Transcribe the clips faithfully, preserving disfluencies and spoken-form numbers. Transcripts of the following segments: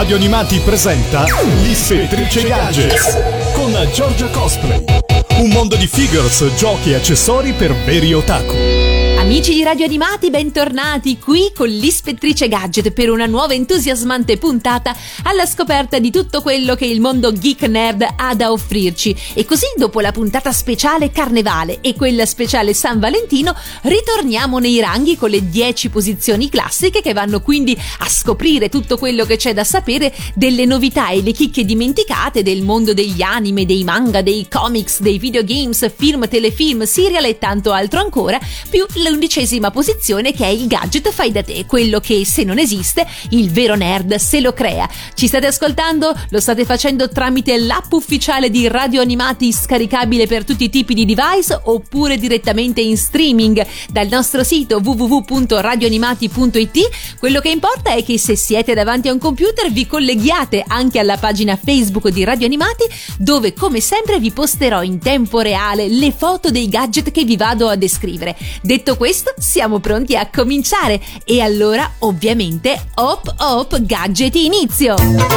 Radio Animati presenta l'Ispettrice Gadgets con Giorgia Cosplay. Un mondo di figures, giochi e accessori per veri otaku. Amici di Radio Animati, bentornati qui con l'Ispettrice Gadget per una nuova entusiasmante puntata alla scoperta di tutto quello che il mondo geek nerd ha da offrirci. E così, dopo la puntata speciale Carnevale e quella speciale San Valentino, ritorniamo nei ranghi con le dieci posizioni classiche che vanno quindi a scoprire tutto quello che c'è da sapere delle novità e le chicche dimenticate del mondo degli anime, dei manga, dei comics, dei videogames, film, telefilm, serial e tanto altro ancora, più l'undicesima posizione che è il gadget fai da te, quello che se non esiste il vero nerd se lo crea. Ci state ascoltando? Lo state facendo tramite l'app ufficiale di Radio Animati, scaricabile per tutti i tipi di device, oppure direttamente in streaming dal nostro sito w w w punto radio animati punto i t. Quello che importa è che se siete davanti a un computer vi colleghiate anche alla pagina Facebook di Radio Animati, dove come sempre vi posterò in tempo reale le foto dei gadget che vi vado a descrivere. Detto questo, siamo pronti a cominciare e allora ovviamente hop hop gadget inizio.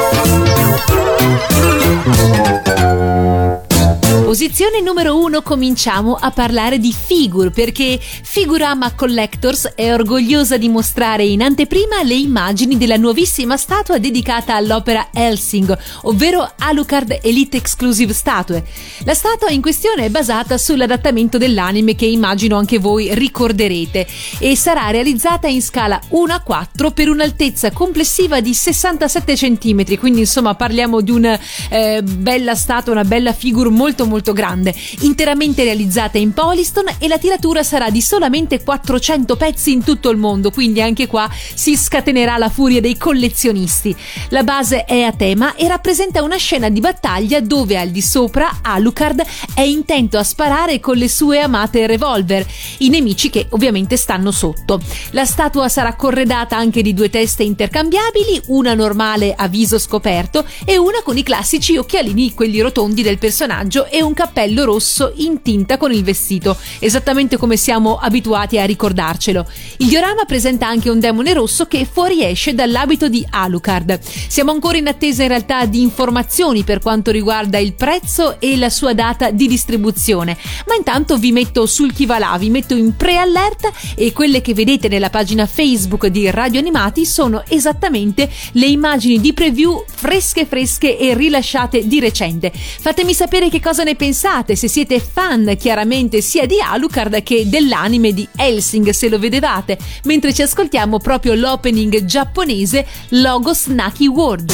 Posizione numero uno, cominciamo a parlare di figure, perché Figurama Collectors è orgogliosa di mostrare in anteprima le immagini della nuovissima statua dedicata all'opera Hellsing, ovvero Alucard Elite Exclusive Statue. La statua in questione è basata sull'adattamento dell'anime che immagino anche voi ricorderete e sarà realizzata in scala uno a quattro per un'altezza complessiva di sessantasette centimetri, quindi insomma parliamo di una eh, bella statua, una bella figure molto molto grande, interamente realizzata in Polystone, e la tiratura sarà di solamente quattrocento pezzi in tutto il mondo, quindi anche qua si scatenerà la furia dei collezionisti. La base è a tema e rappresenta una scena di battaglia dove al di sopra Alucard è intento a sparare con le sue amate revolver i nemici che ovviamente stanno sotto. La statua sarà corredata anche di due teste intercambiabili, una normale a viso scoperto e una con i classici occhialini, quelli rotondi del personaggio, e un cappello rosso in tinta con il vestito, esattamente come siamo abituati a ricordarcelo. Il diorama presenta anche un demone rosso che fuoriesce dall'abito di Alucard. Siamo ancora in attesa in realtà di informazioni per quanto riguarda il prezzo e la sua data di distribuzione, ma intanto vi metto sul chi va là, vi metto in pre-allerta, e quelle che vedete nella pagina Facebook di Radio Animati sono esattamente le immagini di preview fresche fresche e rilasciate di recente. Fatemi sapere che cosa ne pensate, se siete fan chiaramente sia di Alucard che dell'anime di Hellsing, se lo vedevate, mentre ci ascoltiamo proprio l'opening giapponese Logos Naki World.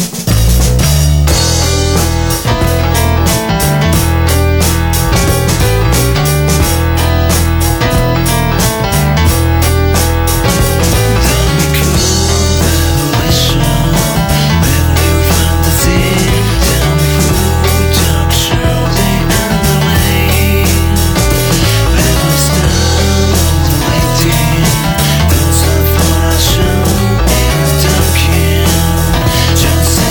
Just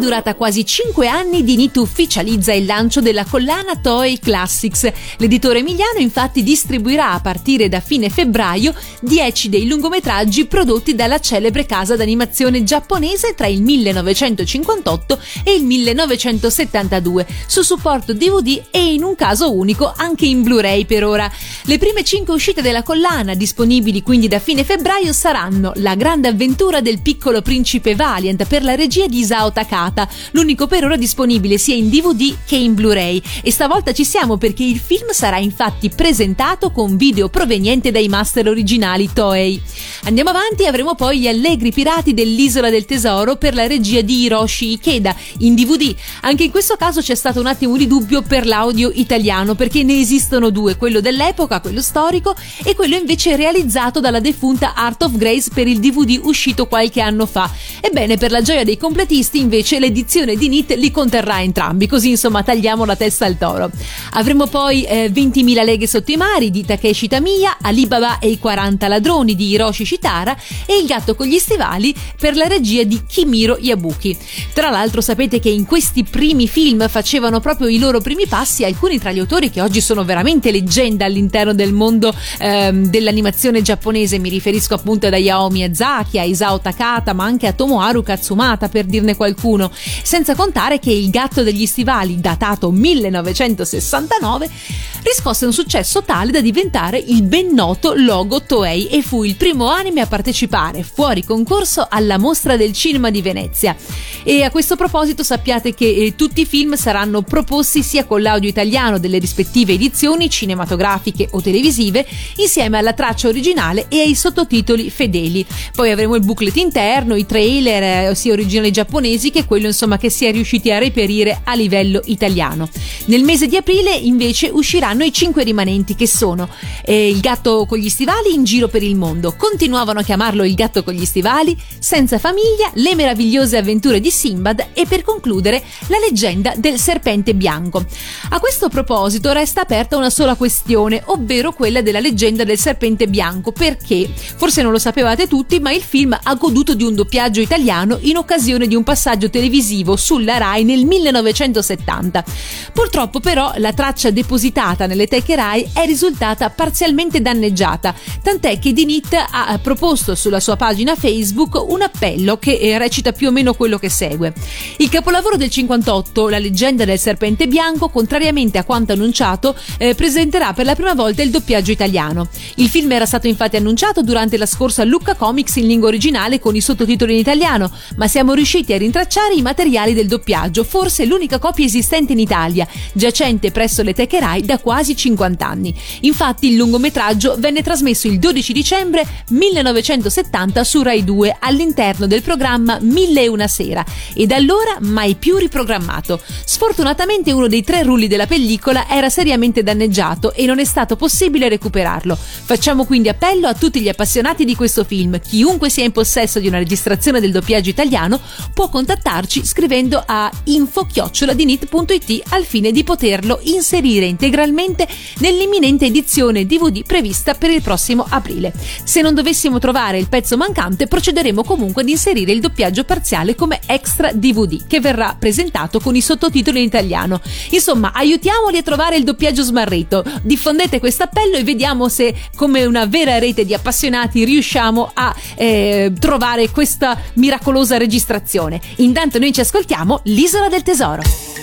durata quasi cinque anni, Dinit ufficializza il lancio della collana Toei Classics. L'editore emiliano infatti distribuirà a partire da fine febbraio dieci dei lungometraggi prodotti dalla celebre casa d'animazione giapponese tra il millenovecentocinquantotto e il millenovecentosettantadue, su supporto D V D e in un caso unico anche in Blu-ray per ora. Le prime cinque uscite della collana, disponibili quindi da fine febbraio, saranno La grande avventura del piccolo principe Valiant per la regia di Isao Takata, l'unico per ora disponibile sia in D V D che in Blu-ray, e stavolta ci siamo perché il film sarà infatti presentato con video proveniente dai master originali Toei. Andiamo avanti, avremo poi Gli allegri pirati dell'Isola del Tesoro per la regia di Hiroshi Ikeda in D V D. Anche in questo caso c'è stato un attimo di dubbio per l'audio italiano, perché ne esistono due, quello dell'epoca, quello storico, e quello invece realizzato dalla defunta Art of Grace per il D V D uscito qualche anno fa. Ebbene, per la gioia dei completisti invece l'edizione di Dinit li conterrà entrambi, così insomma tagliamo la testa al toro. Avremo poi eh, ventimila leghe sotto i mari di Takeshi Tamiya, Alibaba e i quaranta ladroni di Hiroshi Shitara e Il gatto con gli stivali per la regia di Kimiro Yabuki. Tra l'altro sapete che in questi primi film facevano proprio i loro primi passi alcuni tra gli autori che oggi sono veramente leggenda all'interno del mondo ehm, dell'animazione giapponese. Mi riferisco appunto ad Hayao Miyazaki, a Isao Takata, ma anche a Tomoharu Katsumata, per dirne qualcuno, senza contare che Il gatto degli stivali, datato millenovecentosessantanove, riscosse un successo tale da diventare il ben noto logo Toei e fu il primo anime a partecipare fuori concorso alla Mostra del Cinema di Venezia. E a questo proposito sappiate che eh, tutti i film saranno proposti sia con l'audio italiano delle rispettive edizioni cinematografiche o televisive, insieme alla traccia originale e ai sottotitoli fedeli. Poi avremo il booklet interno, i trailer eh, sia originali giapponesi che quello insomma che si è riusciti a reperire a livello italiano. Nel mese di aprile invece usciranno i cinque rimanenti, che sono eh, Il gatto con gli stivali in giro per il mondo, continuavano a chiamarlo Il gatto con gli stivali, Senza famiglia, Le meravigliose avventure di Sinbad e per concludere La leggenda del serpente bianco. A questo proposito resta aperta una sola questione, ovvero quella della leggenda del serpente bianco, perché forse non lo sapevate tutti, ma il film ha goduto di un doppiaggio italiano in occasione di un passaggio televisivo sulla Rai nel millenovecentosettanta. Purtroppo però la traccia depositata nelle teche Rai è risultata parzialmente danneggiata, tant'è che Dinit ha proposto sulla sua pagina Facebook un appello che recita più o meno quello che segue. Il capolavoro del cinquantotto, La leggenda del serpente bianco, contrariamente a quanto annunciato, eh, presenterà per la prima volta il doppiaggio italiano. Il film era stato infatti annunciato durante la scorsa Lucca Comics in lingua originale con i sottotitoli in italiano, ma siamo riusciti a rintracciare i materiali del doppiaggio, forse l'unica copia esistente in Italia, giacente presso le teche Rai da quasi cinquanta anni. Infatti il lungometraggio venne trasmesso il dodici dicembre millenovecentosettanta su Rai due all'interno del programma Mille e una sera e da allora mai più riprogrammato. Sfortunatamente uno dei tre rulli della pellicola era seriamente danneggiato e non è stato possibile recuperarlo. Facciamo quindi appello a tutti gli appassionati di questo film. Chiunque sia in possesso di una registrazione del doppiaggio italiano può contattarci scrivendo a info chiocciola dinit punto it al fine di poterlo inserire integralmente nell'imminente edizione D V D prevista per il prossimo aprile. Se non dovessimo trovare il pezzo mancante, procederemo comunque ad inserire il doppiaggio parziale come extra D V D che verrà presentato con i sottotitoli in italiano. Insomma, aiutiamoli a trovare il doppiaggio smarrito. Diffondete questo appello e vediamo se, come una vera rete di appassionati, riusciamo a eh, trovare questa miracolosa registrazione. Intanto noi ci ascoltiamo L'Isola del Tesoro.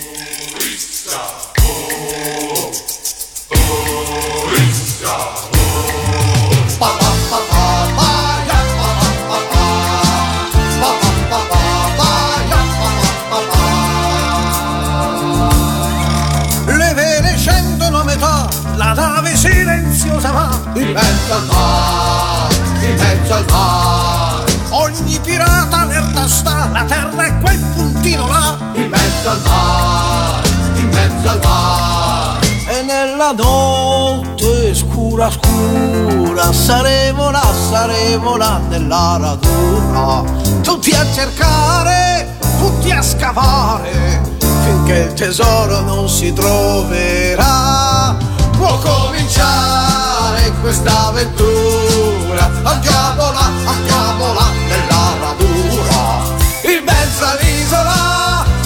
Le vele scendono a metà, la nave silenziosa va in mezzo al mare, in mezzo al mare. Ogni pirata allerta sta, la terra è quel puntino là, in mezzo al mare, in mezzo al mare. E nella notte scura scura saremo là, saremo là nella raduna, tutti a cercare, tutti a scavare, finché il tesoro non si troverà. Può cominciare questa avventura, andiamo là, andiamo là nella radura, in mezzo all'isola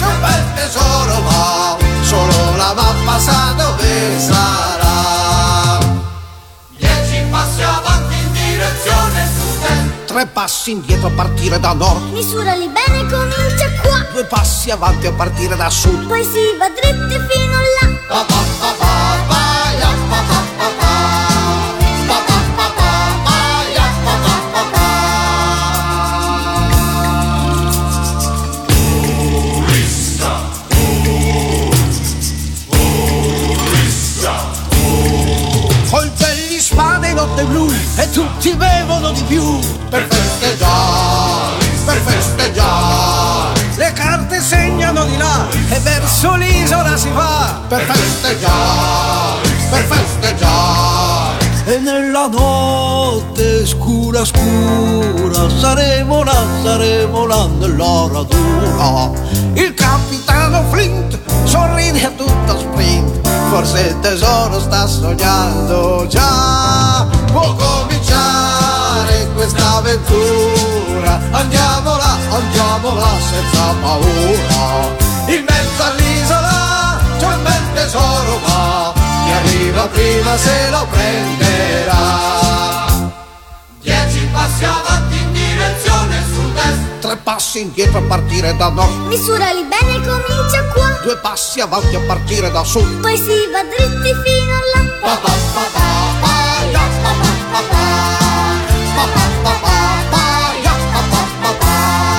Tre passi indietro a partire da nord. Misurali bene, comincia qua. Due passi avanti a partire da sud. Poi si va dritti fino là. Pa pa pa pa pa ya pa pa pa pa. Pa pa pa pa pa ya pa pa pa pa. Turista, turista. Coltelli, spade, notte blu e tutti bevono di più. Per festeggiare, per festeggiare. Le carte segnano di là e verso l'isola si va. Per festeggiare, per festeggiare. E nella notte scura scura saremo là, saremo là nella radura. Il capitano Flint sorride a tutto sprint. Forse il tesoro sta sognando già. Può cominciare questa avventura. Andiamo là, andiamo là senza paura. In mezzo all'isola c'è un bel tesoro, ma chi arriva prima se lo prenderà. Dieci passi avanti in direzione sud-est. Tre passi indietro a partire da nord. Misurali bene, comincia qua. Due passi avanti a partire da sud. Poi si va dritti fino là. Pa pa pa pa pa ya pa pa pa pa. Pa pa pa pa pa ya pa pa pa pa.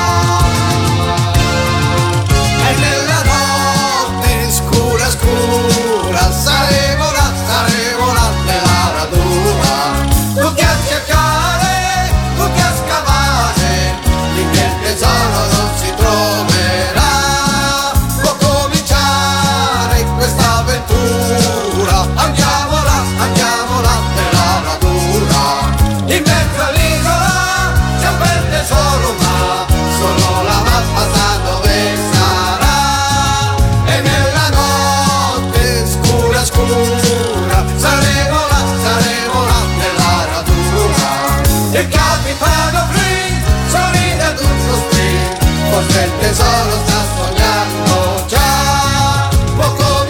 E nella notte scura scura saremo là, saremo là nella radura. Tutti a cercare, tutti a scavare, finché il tesoro non si troverà. Può cominciare questa avventura. Andiamo là, andiamo là nella radura. In mezzo all'isola c'è un bel tesoro, ma solo la mappa sa dove sarà. E nella notte scura scura saremo là, saremo là nella radura. Il capitano Flint sorride a tutto sprint. Forse il tesoro sta sognando già. Può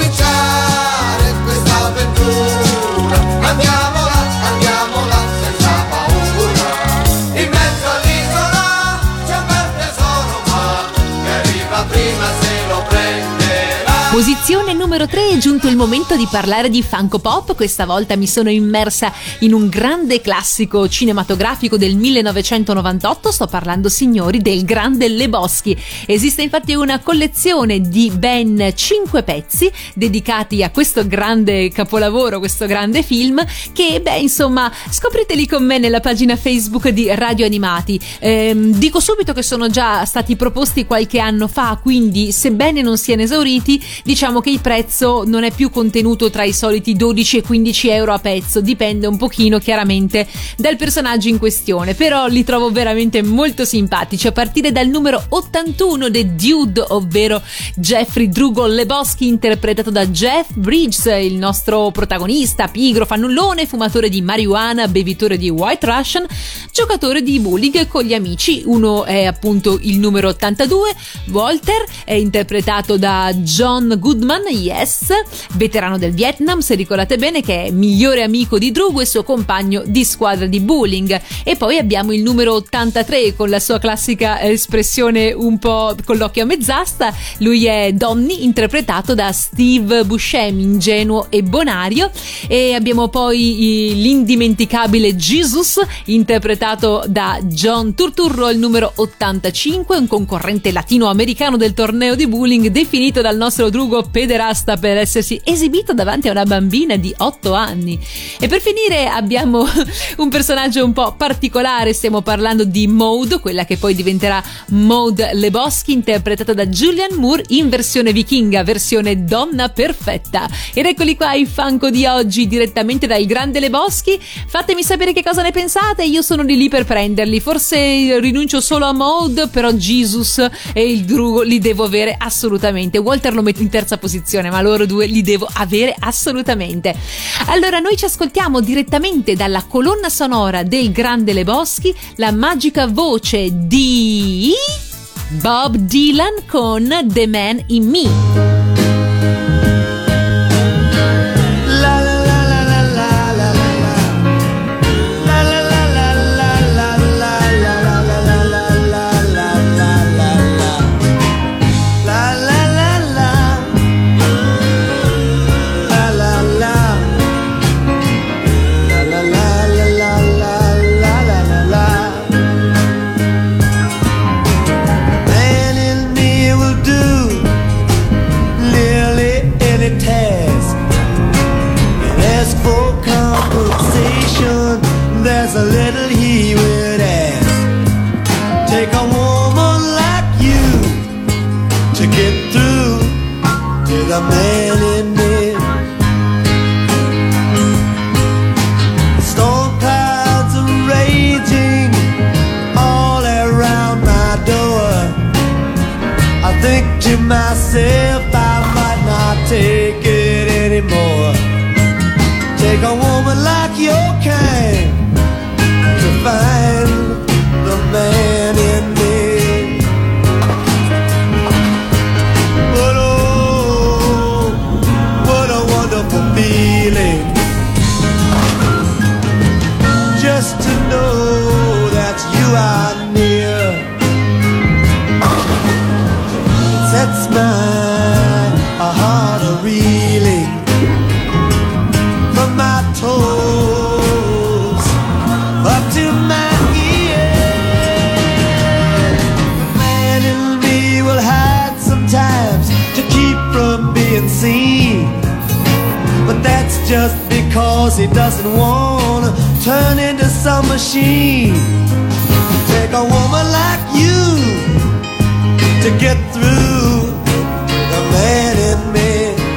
cominciare questa avventura. Andiamo là, andiamo là senza paura. In mezzo all'isola c'è un bel tesoro, ma chi arriva prima se lo prenderà. Posizione numero tre, è giunto il momento di parlare di Funko Pop. Questa volta mi sono immersa in un grande classico cinematografico del millenovecentonovantotto. Sto parlando, signori, del Grande Lebowski. Esiste infatti una collezione di ben cinque pezzi dedicati a questo grande capolavoro, questo grande film, che, beh, insomma, scopriteli con me nella pagina Facebook di Radio Animati. Ehm, dico subito che sono già stati proposti qualche anno fa, quindi sebbene non siano esauriti, diciamo che il prezzo non è più contenuto tra i soliti dodici e quindici euro a pezzo, dipende un pochino chiaramente dal personaggio in questione, però li trovo veramente molto simpatici, a partire dal numero ottantuno, The Dude, ovvero Jeffrey Drugol Lebowski, interpretato da Jeff Bridges, il nostro protagonista, pigro, fannullone, fumatore di marijuana, bevitore di White Russian, giocatore di bowling con gli amici. Uno è appunto il numero ottantadue, Walter, è interpretato da John Goodman, yes, veterano del Vietnam, se ricordate bene, che è migliore amico di Drugo e suo compagno di squadra di bowling. E poi abbiamo il numero ottantatré con la sua classica espressione un po' con l'occhio a mezz'asta. Lui è Donny, interpretato da Steve Buscemi, ingenuo e bonario. E abbiamo poi l'indimenticabile Jesus, interpretato da John Turturro, il numero ottantacinque, un concorrente latinoamericano del torneo di bowling, definito dal nostro Drugo pederasta per essersi esibito davanti a una bambina di otto anni. E per finire abbiamo un personaggio un po' particolare, stiamo parlando di Maud, quella che poi diventerà Maud Lebowski, interpretata da Julianne Moore in versione vichinga, versione donna perfetta. Ed eccoli qua i Funko di oggi, direttamente dal Grande Lebowski. Fatemi sapere che cosa ne pensate, io sono lì lì per prenderli. Forse rinuncio solo a Maud, però Jesus e il Drugo li devo avere assolutamente. Walter lo metto in terza posizione, ma loro due li devo avere assolutamente. Allora noi ci ascoltiamo direttamente dalla colonna sonora del Grande Lebowski, la magica voce di Bob Dylan con The Man in Me. La la la la la la la la la la la la la la take a woman like you to get through to the man in me. Storm clouds are raging all around my door. I think to myself I might not take it anymore. Take a woman like your kind to find the man in me. But oh, what a wonderful feeling, just to know that you are near. It sets my heart a reeling from my toes up to my ears. The man in me will hide sometimes to keep from being seen, but that's just because he doesn't want to turn into some machine. Take a woman like you to get through the man in me.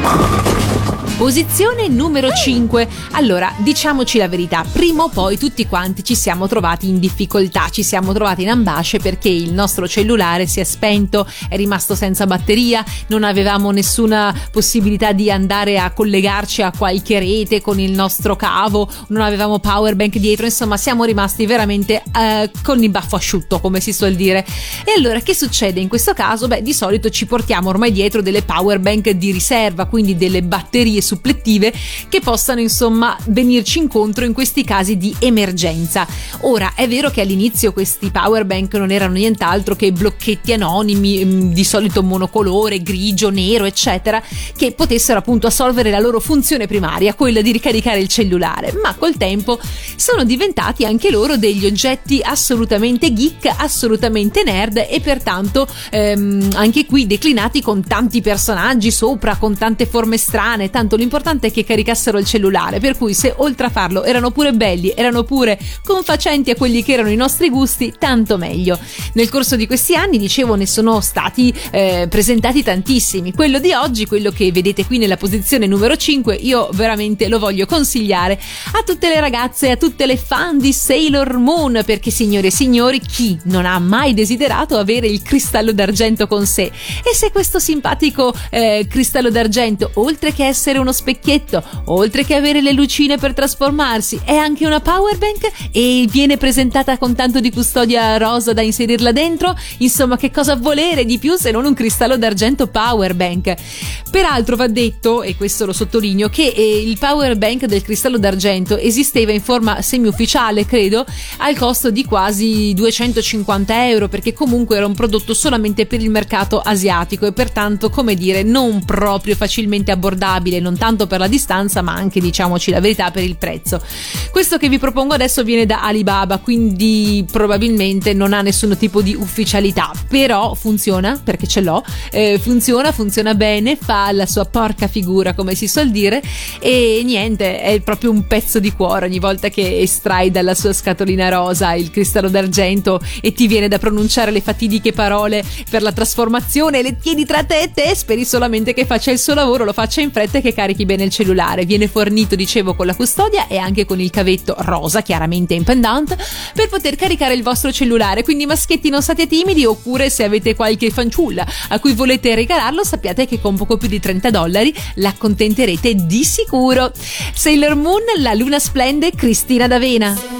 Posizione numero cinque. Allora, diciamoci la verità, prima o poi tutti quanti ci siamo trovati in difficoltà, ci siamo trovati in ambasce perché il nostro cellulare si è spento, è rimasto senza batteria, non avevamo nessuna possibilità di andare a collegarci a qualche rete con il nostro cavo, non avevamo power bank dietro, insomma siamo rimasti veramente eh, con il baffo asciutto, come si suol dire. E allora che succede in questo caso? Beh, di solito ci portiamo ormai dietro delle power bank di riserva, quindi delle batterie supplettive che possano insomma venirci incontro in questi casi di emergenza. Ora è vero che all'inizio questi power bank non erano nient'altro che blocchetti anonimi, di solito monocolore, grigio, nero eccetera, che potessero appunto assolvere la loro funzione primaria, quella di ricaricare il cellulare, ma col tempo sono diventati anche loro degli oggetti assolutamente geek, assolutamente nerd e pertanto ehm, anche qui declinati con tanti personaggi sopra, con tante forme strane, tanto l'importante è che caricassero il cellulare, per cui se oltre a farlo erano pure belli, erano pure confacenti a quelli che erano i nostri gusti, tanto meglio. Nel corso di questi anni, dicevo, ne sono stati eh, presentati tantissimi. Quello di oggi, quello che vedete qui nella posizione numero cinque, io veramente lo voglio consigliare a tutte le ragazze, a tutte le fan di Sailor Moon, perché signore e signori, chi non ha mai desiderato avere il cristallo d'argento con sé? E se questo simpatico eh, cristallo d'argento, oltre che essere uno specchietto, oltre che avere le lucine per trasformarsi, è anche una power bank e viene presentata con tanto di custodia rosa da inserirla dentro, insomma che cosa volere di più se non un cristallo d'argento power bank? Peraltro va detto, e questo lo sottolineo, che eh, il power bank del cristallo d'argento esisteva in forma semi-ufficiale, credo, al costo di quasi duecentocinquanta euro, perché comunque era un prodotto solamente per il mercato asiatico e pertanto, come dire, non proprio facilmente abbordabile, non tanto per la distanza ma anche, diciamoci la verità, per il prezzo. Questo che vi propongo adesso viene da Alibaba, quindi probabilmente non ha nessun tipo di ufficialità, però funziona perché ce l'ho, eh, funziona, funziona bene, fa la sua porca figura come si suol dire e niente, è proprio un pezzo di cuore ogni volta che estrai dalla sua scatolina rosa il cristallo d'argento e ti viene da pronunciare le fatidiche parole per la trasformazione e le tieni tra te e te, speri solamente che faccia il suo lavoro, lo faccia in fretta e che carichi bene il cellulare. Viene fornito, dicevo, con la custodia e anche con il cavetto rosa, chiaramente in pendant, per poter caricare il vostro cellulare. Quindi maschietti, non state timidi, oppure se avete qualche fanciulla a cui volete regalarlo, sappiate che con poco più di trenta dollari l'accontenterete di sicuro. Sailor Moon, la luna splende, Cristina D'Avena.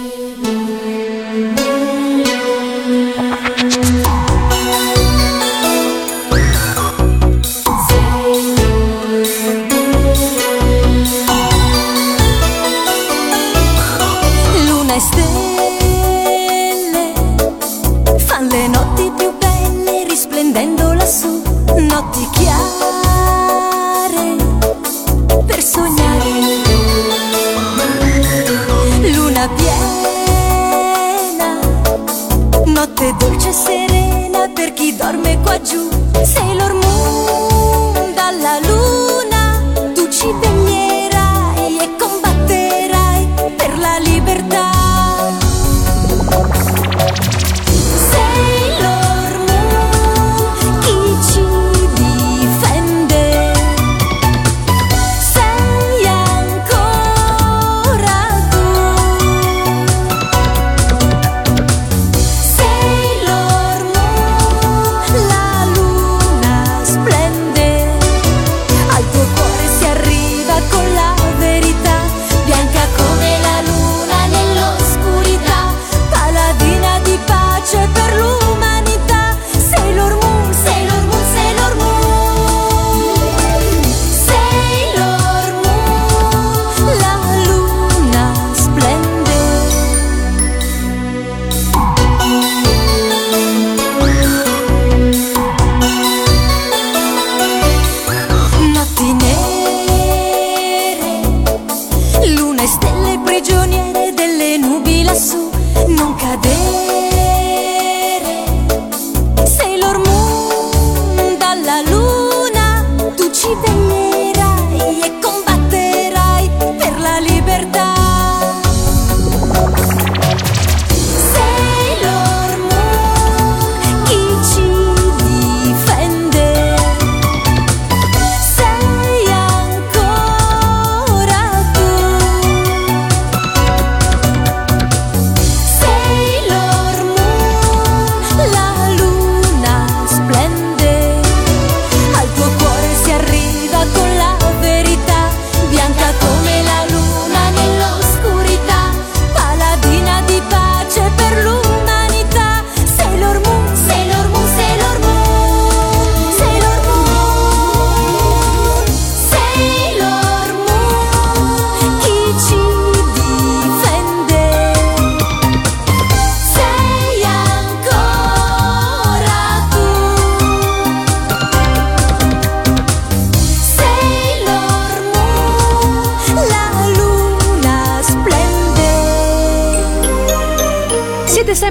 Luna e stelle fan le notti più belle risplendendo lassù, notti chiare per sognare. Luna piena, notte dolce e serena per chi dorme qua giù. Sailor Moon, dalla luna tu ci veglierai e combatterai per la libertà. Sailor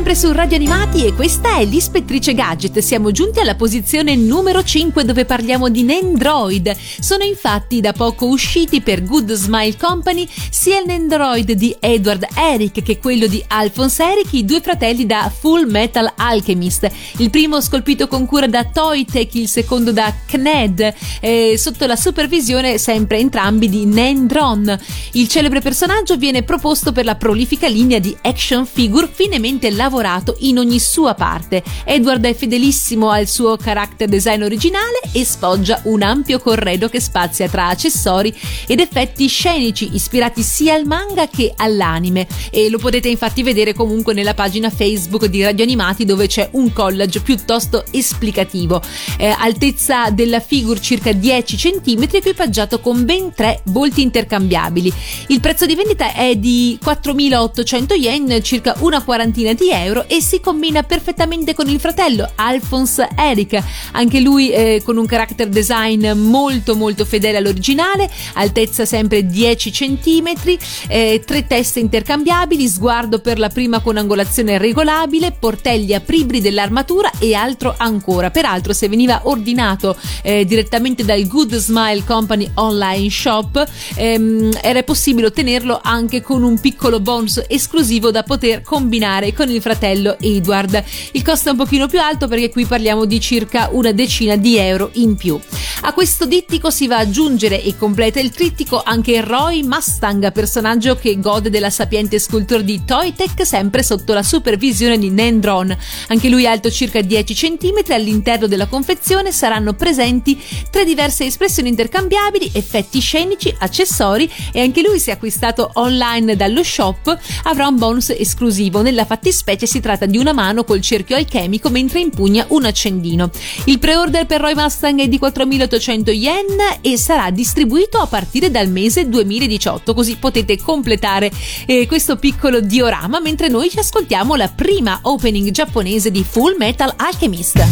sempre su Radio Animati e questa è l'Ispettrice Gadget. Siamo giunti alla posizione numero cinque dove parliamo di Nendroid. Sono infatti da poco usciti per Good Smile Company sia il Nendroid di Edward Eric che quello di Alphonse Eric, i due fratelli da Full Metal Alchemist. Il primo scolpito con cura da Toytech, il secondo da C N E D, eh, sotto la supervisione sempre entrambi di Nendron. Il celebre personaggio viene proposto per la prolifica linea di action figure finemente lavorato in ogni sua parte. Edward è fedelissimo al suo character design originale e spoggia un ampio corredo che spazia tra accessori ed effetti scenici ispirati sia al manga che all'anime, e lo potete infatti vedere comunque nella pagina Facebook di Radio Animati dove c'è un collage piuttosto esplicativo. Eh, altezza della figure circa dieci centimetri, equipaggiato con ben tre volti intercambiabili. Il prezzo di vendita è di quattromilaottocento yen, circa una quarantina di euro, e si combina perfettamente con il fratello Alphonse Eric, anche lui eh, con un character design molto molto fedele all'originale, altezza sempre dieci centimetri, eh, tre teste intercambiabili, sguardo per la prima con angolazione regolabile, portelli apribili dell'armatura e altro ancora. Peraltro, se veniva ordinato eh, direttamente dal Good Smile Company online shop, ehm, era possibile ottenerlo anche con un piccolo bonus esclusivo da poter combinare con il fratello Edward. Il costo è un pochino più alto perché qui parliamo di circa una decina di euro in più. A questo dittico si va ad aggiungere e completa il trittico anche Roy Mustang, personaggio che gode della sapiente sculture di Toytech, sempre sotto la supervisione di Nendron. Anche lui alto circa dieci centimetri. All'interno della confezione saranno presenti tre diverse espressioni intercambiabili, effetti scenici, accessori, e anche lui, se acquistato online dallo shop, avrà un bonus esclusivo. Nella fattispecie si tratta di una mano col cerchio alchemico mentre impugna un accendino. Il pre-order per Roy Mustang è di quattromilaottocento yen e sarà distribuito a partire dal mese duemiladiciotto, così potete completare eh, questo piccolo diorama mentre noi ci ascoltiamo la prima opening giapponese di Full Metal Alchemist.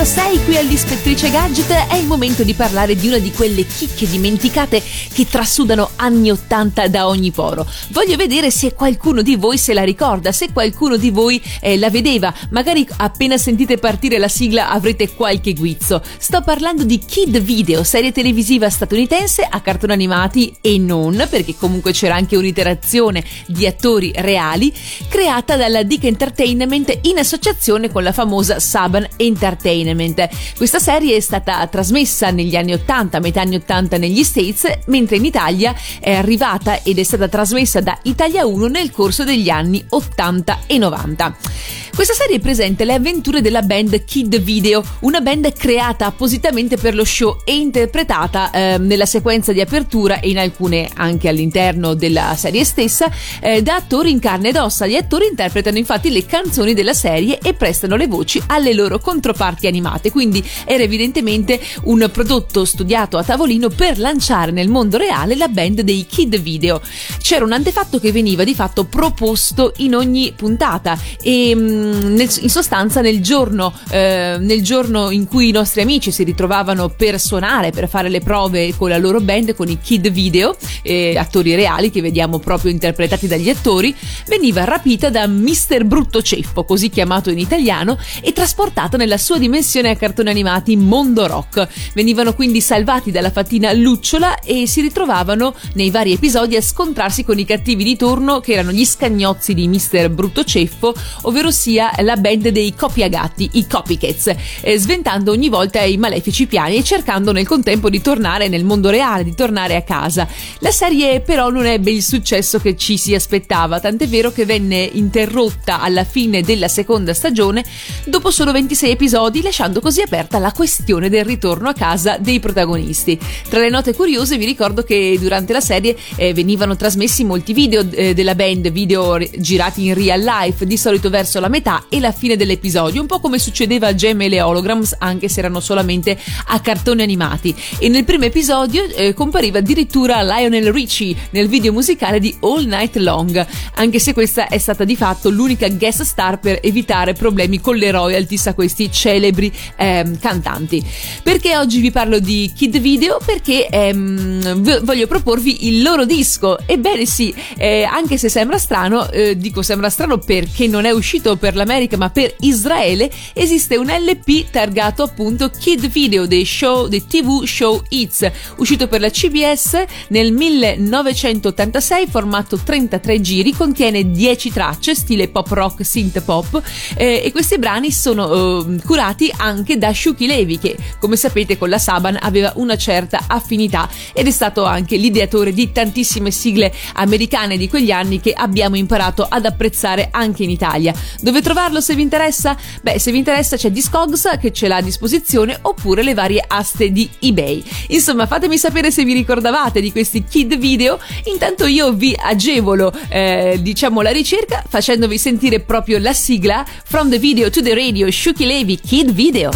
sei qui all'Ispettrice Gadget. È il momento di parlare di una di quelle chicche dimenticate che trasudano anni ottanta da ogni poro. Voglio vedere se qualcuno di voi se la ricorda, se qualcuno di voi eh, la vedeva. Magari appena sentite partire la sigla avrete qualche guizzo. Sto parlando di Kid Video, serie televisiva statunitense a cartoni animati e non, perché comunque c'era anche un'interazione di attori reali, creata dalla Dick Entertainment in associazione con la famosa Saban Entertainment. Questa serie è stata trasmessa negli anni ottanta, metà anni ottanta negli States, mentre in Italia è arrivata ed è stata trasmessa da Italia uno nel corso degli anni ottanta e novanta. Questa serie presenta le avventure della band Kid Video, una band creata appositamente per lo show e interpretata eh, nella sequenza di apertura e in alcune anche all'interno della serie stessa eh, da attori in carne ed ossa. Gli attori interpretano infatti le canzoni della serie e prestano le voci alle loro controparti animate, quindi era evidentemente un prodotto studiato a tavolino per lanciare nel mondo reale la band dei Kid Video. C'era un antefatto che veniva di fatto proposto in ogni puntata e mh, nel, in sostanza nel giorno, eh, nel giorno in cui i nostri amici si ritrovavano per suonare, per fare le prove con la loro band, con i Kid Video, eh, attori reali che vediamo proprio interpretati dagli attori, veniva rapita da mister Brutto Ceffo, così chiamato in italiano, e trasportata nella sua dimensione a cartoni animati Mondo Rock. Venivano quindi salvati dalla fatina lucciola e si ritrovavano nei vari episodi a scontrarsi con i cattivi di turno, che erano gli scagnozzi di mister Brutto Ceffo, ovvero sia la band dei copiagatti, i Copycats, eh, sventando ogni volta i malefici piani e cercando nel contempo di tornare nel mondo reale, di tornare a casa. La serie però non ebbe il successo che ci si aspettava, tant'è vero che venne interrotta alla fine della seconda stagione dopo solo ventisei episodi, lasciando così aperta la questione del ritorno a casa dei protagonisti. Tra le note curiose vi ricordo che durante la serie eh, venivano trasmessi molti video eh, della band, video girati in real life, di solito verso la metà e la fine dell'episodio, un po' come succedeva a Gem e le Holograms, anche se erano solamente a cartoni animati. E nel primo episodio eh, compariva addirittura Lionel Richie nel video musicale di All Night Long, anche se questa è stata di fatto l'unica guest star per evitare problemi con le royalties a questi celebri ehm, cantanti. Perché oggi vi parlo di Kid Video? Perché ehm, voglio proporvi il loro disco. Ebbene sì, eh, anche se sembra strano, eh, dico sembra strano perché non è uscito per l'America ma per Israele, esiste un L P targato appunto Kid Video dei show, dei T V Show Hits, uscito per la C B S nel millenovecentottantasei, formato trentatré giri, contiene dieci tracce stile pop rock synth pop eh, e questi brani sono eh, curati anche da Shuki Levy, che come sapete con la Saban aveva una certa affinità ed è stato anche l'ideatore di tantissime sigle americane di quegli anni che abbiamo imparato ad apprezzare anche in Italia. Dove trovarlo se vi interessa? Beh, se vi interessa c'è Discogs che ce l'ha a disposizione, oppure le varie aste di eBay. Insomma, fatemi sapere se vi ricordavate di questi Kid Video. Intanto io vi agevolo eh, diciamo la ricerca facendovi sentire proprio la sigla From the Video to the Radio, Shuki Levy, Kid Video.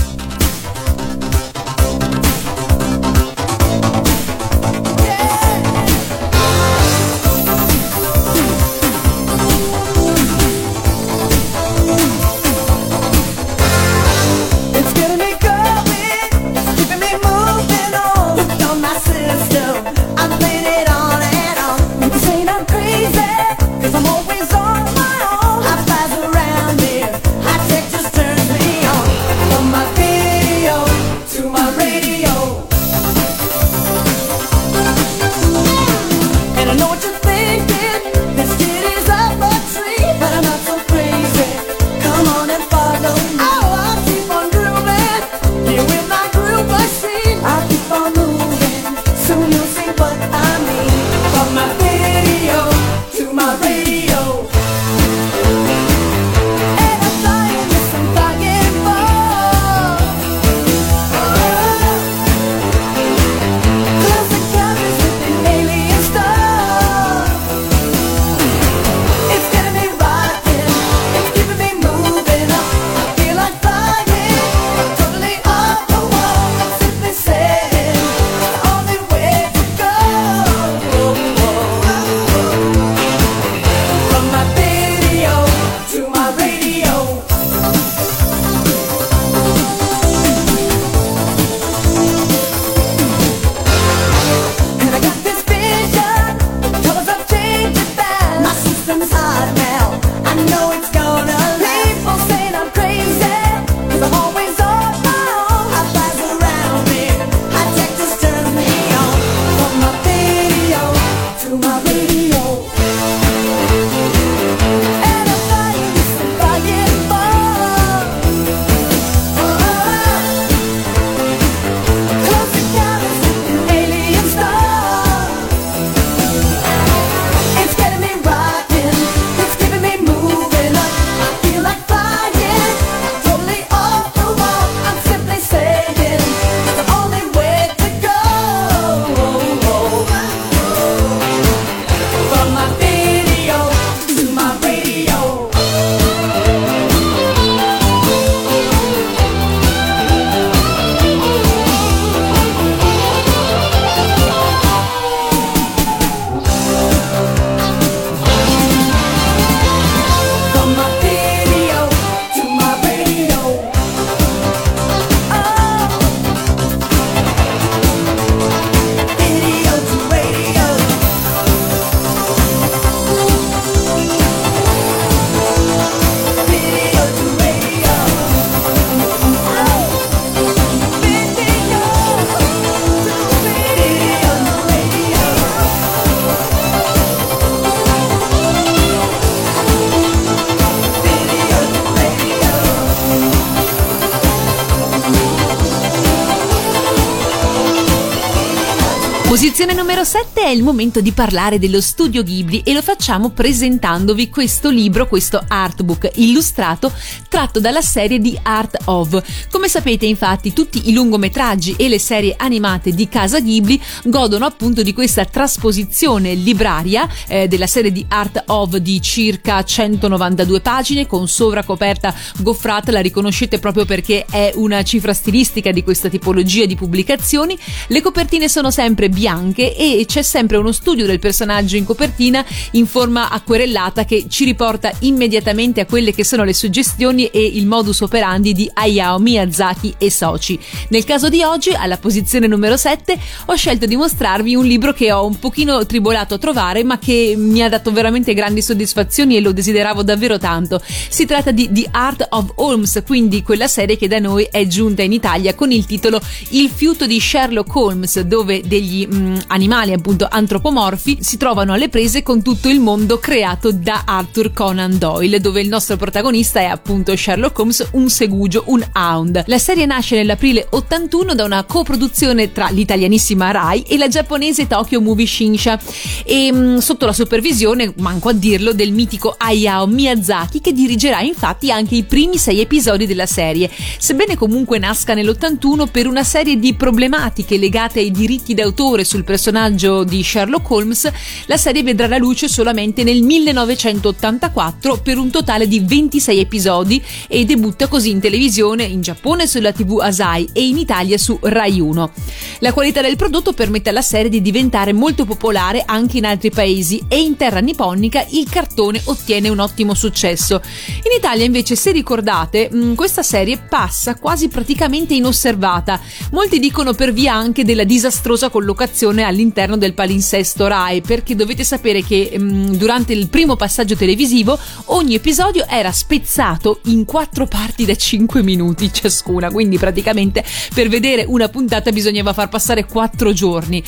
Posizione numero sette è il momento di parlare dello studio Ghibli e lo facciamo presentandovi questo libro, questo artbook illustrato tratto dalla serie di Art of. Come sapete, infatti, tutti i lungometraggi e le serie animate di casa Ghibli godono appunto di questa trasposizione libraria eh, della serie di Art of di circa centonovantadue pagine con sovracoperta goffrata. La riconoscete proprio perché è una cifra stilistica di questa tipologia di pubblicazioni. Le copertine sono sempre bianche e c'è sempre uno studio del personaggio in copertina in forma acquerellata che ci riporta immediatamente a quelle che sono le suggestioni e il modus operandi di Hayao Miyazaki e soci. Nel caso di oggi, alla posizione numero sette, ho scelto di mostrarvi un libro che ho un pochino tribolato a trovare ma che mi ha dato veramente grandi soddisfazioni e lo desideravo davvero tanto. Si tratta di The Art of Holmes, quindi quella serie che da noi è giunta in Italia con il titolo Il fiuto di Sherlock Holmes, dove degli mh, animali appunto antropomorfi si trovano alle prese con tutto il mondo creato da Arthur Conan Doyle, dove il nostro protagonista è appunto Sherlock Holmes, un segugio, un hound. La serie nasce nell'aprile ottantuno da una coproduzione tra l'italianissima Rai e la giapponese Tokyo Movie Shinsha e mh, sotto la supervisione, manco a dirlo, del mitico Hayao Miyazaki, che dirigerà infatti anche i primi sei episodi della serie. Sebbene comunque nasca nell'ottantuno per una serie di problematiche legate ai diritti d'autore sul personaggio di Sherlock Holmes, la serie vedrà la luce solamente nel millenovecentottantaquattro per un totale di ventisei episodi e debutta così in televisione in Giappone sulla tivù Asahi e in Italia su Rai uno. La qualità del prodotto permette alla serie di diventare molto popolare anche in altri paesi e in terra nipponica il cartone ottiene un ottimo successo. In Italia invece, se ricordate, questa serie passa quasi praticamente inosservata. Molti dicono per via anche della disastrosa collocazione all'interno del palinsesto Rai, perché dovete sapere che mh, durante il primo passaggio televisivo ogni episodio era spezzato in quattro parti da cinque minuti ciascuna, quindi praticamente per vedere una puntata bisognava far passare quattro giorni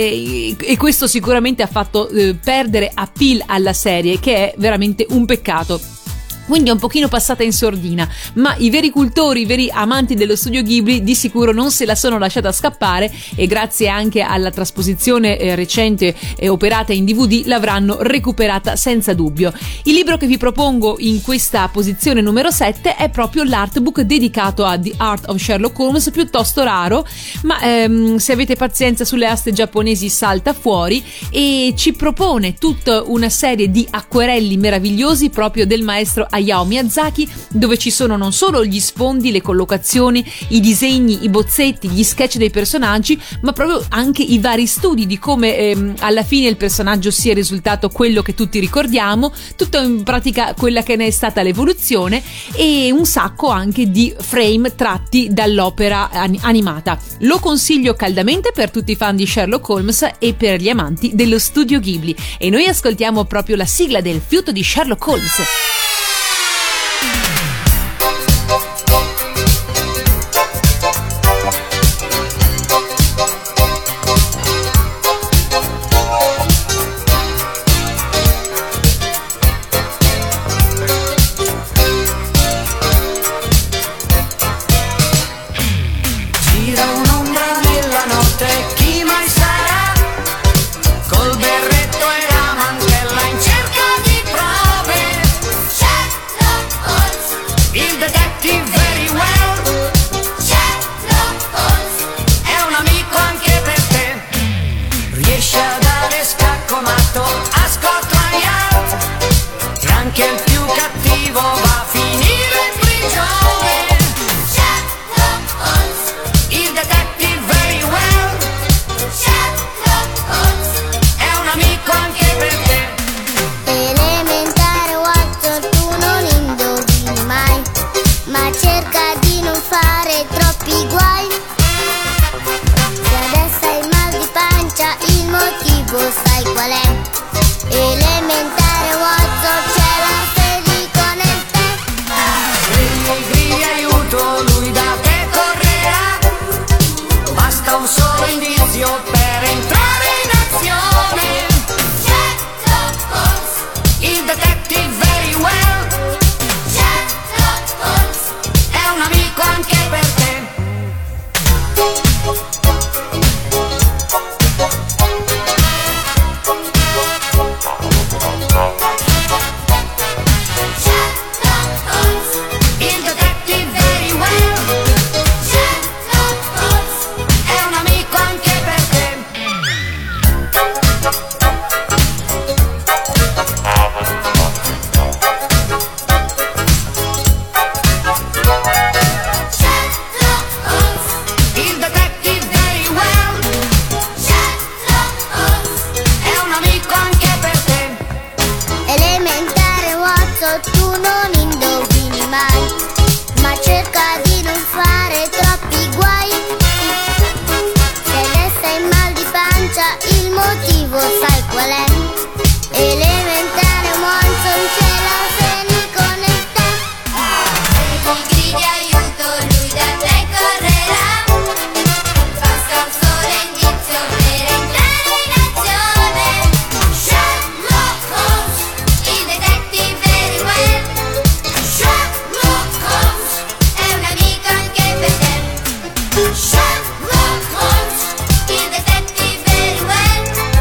e, e questo sicuramente ha fatto eh, perdere appeal alla serie, che è veramente un peccato. Quindi è un pochino passata in sordina, ma i veri cultori, i veri amanti dello studio Ghibli di sicuro non se la sono lasciata scappare e grazie anche alla trasposizione eh, recente e operata in D V D l'avranno recuperata senza dubbio. Il libro che vi propongo in questa posizione numero sette è proprio l'artbook dedicato a The Art of Sherlock Holmes, piuttosto raro, ma ehm, se avete pazienza sulle aste giapponesi salta fuori e ci propone tutta una serie di acquerelli meravigliosi proprio del maestro Hayao Miyazaki, dove ci sono non solo gli sfondi, le collocazioni, i disegni, i bozzetti, gli sketch dei personaggi, ma proprio anche i vari studi di come ehm, alla fine il personaggio sia risultato quello che tutti ricordiamo, tutta in pratica quella che ne è stata l'evoluzione e un sacco anche di frame tratti dall'opera an- animata. Lo consiglio caldamente per tutti i fan di Sherlock Holmes e per gli amanti dello studio Ghibli, e noi ascoltiamo proprio la sigla del fiuto di Sherlock Holmes. Sai qual è? Elementare Watson, c'è la Federico nel tempo. tu non indovini mai, ma cerca di non fare troppi guai. Se adesso hai mal di pancia, il motivo sai qual è? Elementare Monson ce l'ha Fenico nel tè. Se ti gridi aiuto lui da te correrà, basta un solo indizio per entrare in azione. Sherlock Holmes, il detective very well. Sherlock Holmes è un amico anche per te. Sherlock Holmes, il detective very well.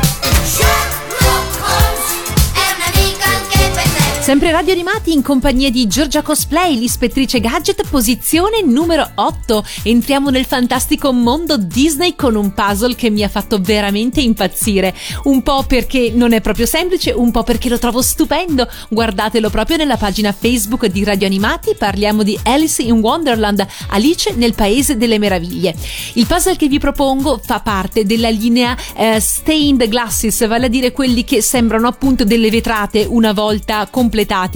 Sherlock Holmes è un amico anche per te. Sempre Radio Animati in compagnia di Giorgia Cosplay, l'ispettrice gadget, posizione numero otto. Entriamo nel fantastico mondo Disney con un puzzle che mi ha fatto veramente impazzire. Un po' perché non è proprio semplice, un po' perché lo trovo stupendo. Guardatelo proprio nella pagina Facebook di Radio Animati. Parliamo di Alice in Wonderland, Alice nel Paese delle Meraviglie. Il puzzle che vi propongo fa parte della linea eh, Stained Glasses, vale a dire quelli che sembrano appunto delle vetrate una volta completati,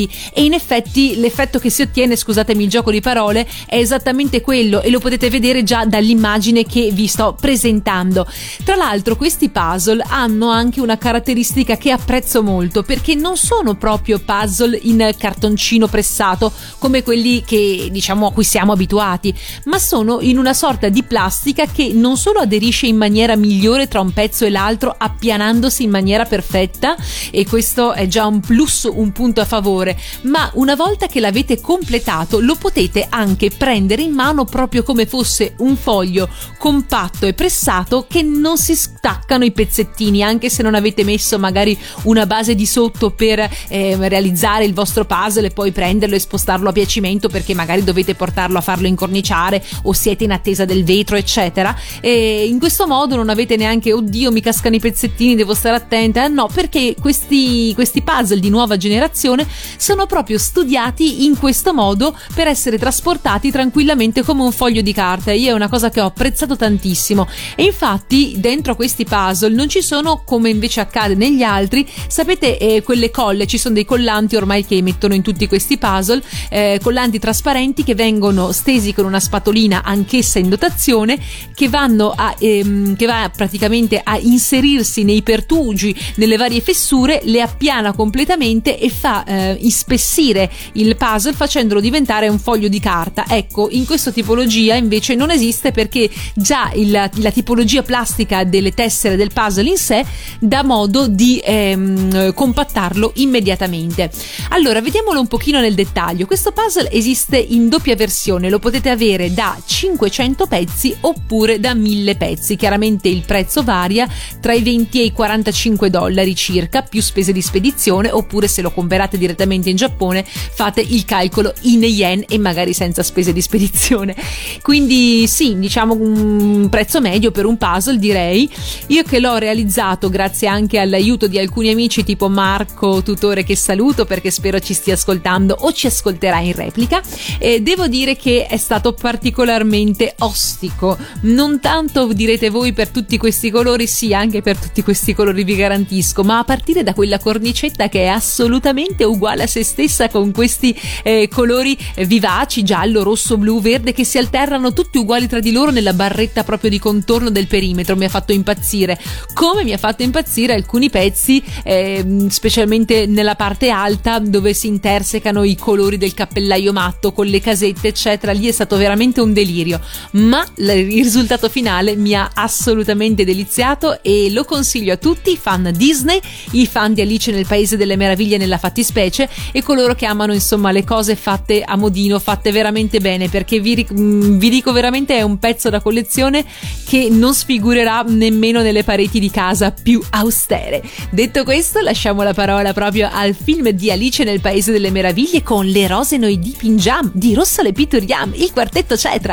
e in effetti l'effetto che si ottiene, scusatemi il gioco di parole, è esattamente quello, e lo potete vedere già dall'immagine che vi sto presentando. Tra l'altro questi puzzle hanno anche una caratteristica che apprezzo molto, perché non sono proprio puzzle in cartoncino pressato come quelli che diciamo a cui siamo abituati, ma sono in una sorta di plastica che non solo aderisce in maniera migliore tra un pezzo e l'altro, appianandosi in maniera perfetta, e questo è già un plus, un punto a favore, ma una volta che l'avete completato lo potete anche prendere in mano proprio come fosse un foglio compatto e pressato, che non si staccano i pezzettini, anche se non avete messo magari una base di sotto per eh, realizzare il vostro puzzle e poi prenderlo e spostarlo a piacimento, perché magari dovete portarlo a farlo incorniciare o siete in attesa del vetro eccetera, e in questo modo non avete neanche oddio mi cascano i pezzettini, devo stare attenta. No, perché questi, questi puzzle di nuova generazione sono proprio studiati in questo modo per essere trasportati tranquillamente come un foglio di carta, e io è una cosa che ho apprezzato tantissimo. E infatti dentro questi puzzle non ci sono, come invece accade negli altri, sapete eh, quelle colle, ci sono dei collanti ormai che mettono in tutti questi puzzle, eh, collanti trasparenti che vengono stesi con una spatolina anch'essa in dotazione, che vanno a ehm, che va praticamente a inserirsi nei pertugi, nelle varie fessure, le appiana completamente e fa eh, ispessire il puzzle facendolo diventare un foglio di carta. Ecco, in questa tipologia invece non esiste, perché già il, la tipologia plastica delle tessere del puzzle in sé dà modo di ehm, compattarlo immediatamente. Allora, vediamolo un pochino nel dettaglio. Questo puzzle esiste in doppia versione, lo potete avere da cinquecento pezzi oppure da mille pezzi. Chiaramente il prezzo varia tra i venti e i quarantacinque dollari circa, più spese di spedizione, oppure se lo comprate direttamente in Giappone fate il calcolo in yen e magari senza spese di spedizione. Quindi sì, diciamo un prezzo medio per un puzzle, direi. Io che l'ho realizzato grazie anche all'aiuto di alcuni amici tipo Marco Tutore, che saluto perché spero ci stia ascoltando o ci ascolterà in replica, e devo dire che è stato particolarmente ostico, non tanto direte voi per tutti questi colori, sì anche per tutti questi colori vi garantisco, ma a partire da quella cornicetta che è assolutamente uguale a se stessa, con questi eh, colori vivaci, giallo, rosso, blu, verde, che si alternano tutti uguali tra di loro nella barretta proprio di contorno del perimetro. Mi ha fatto impazzire, come mi ha fatto impazzire alcuni pezzi eh, specialmente nella parte alta dove si intersecano i colori del cappellaio matto con le casette eccetera. Lì è stato veramente un delirio, ma il risultato finale mi ha assolutamente deliziato e lo consiglio a tutti i fan Disney, i fan di Alice nel Paese delle Meraviglie nella fattispecie, e coloro che amano insomma le cose fatte a modino, fatte veramente bene, perché vi, vi dico veramente è un pezzo da collezione che non sfigurerà nemmeno nelle pareti di casa più austere. Detto questo, lasciamo la parola proprio al film di Alice nel Paese delle Meraviglie con Le rose noi dipingiam di Rosso le pituriam, il quartetto Cetra.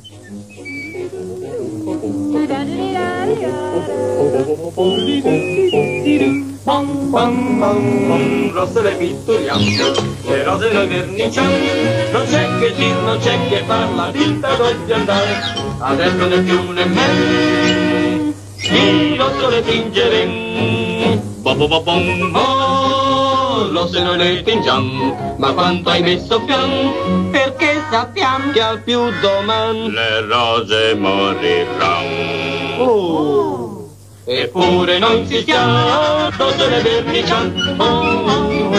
Bom, bom, bom, rosse le pitturiamo, le rose noi verniciamo, non c'è che dir, non c'è che far, la vita dobbiamo andare, adesso né più né meno, di rosso le tingeremo, bom bom bom bom, oh, rosse noi le tingiamo, ma quanto hai messo fiam? Perché sappiamo che al più domani le rose moriranno. Oh. Eppure noi insistiamo, rose le verniciamo, oh, oh,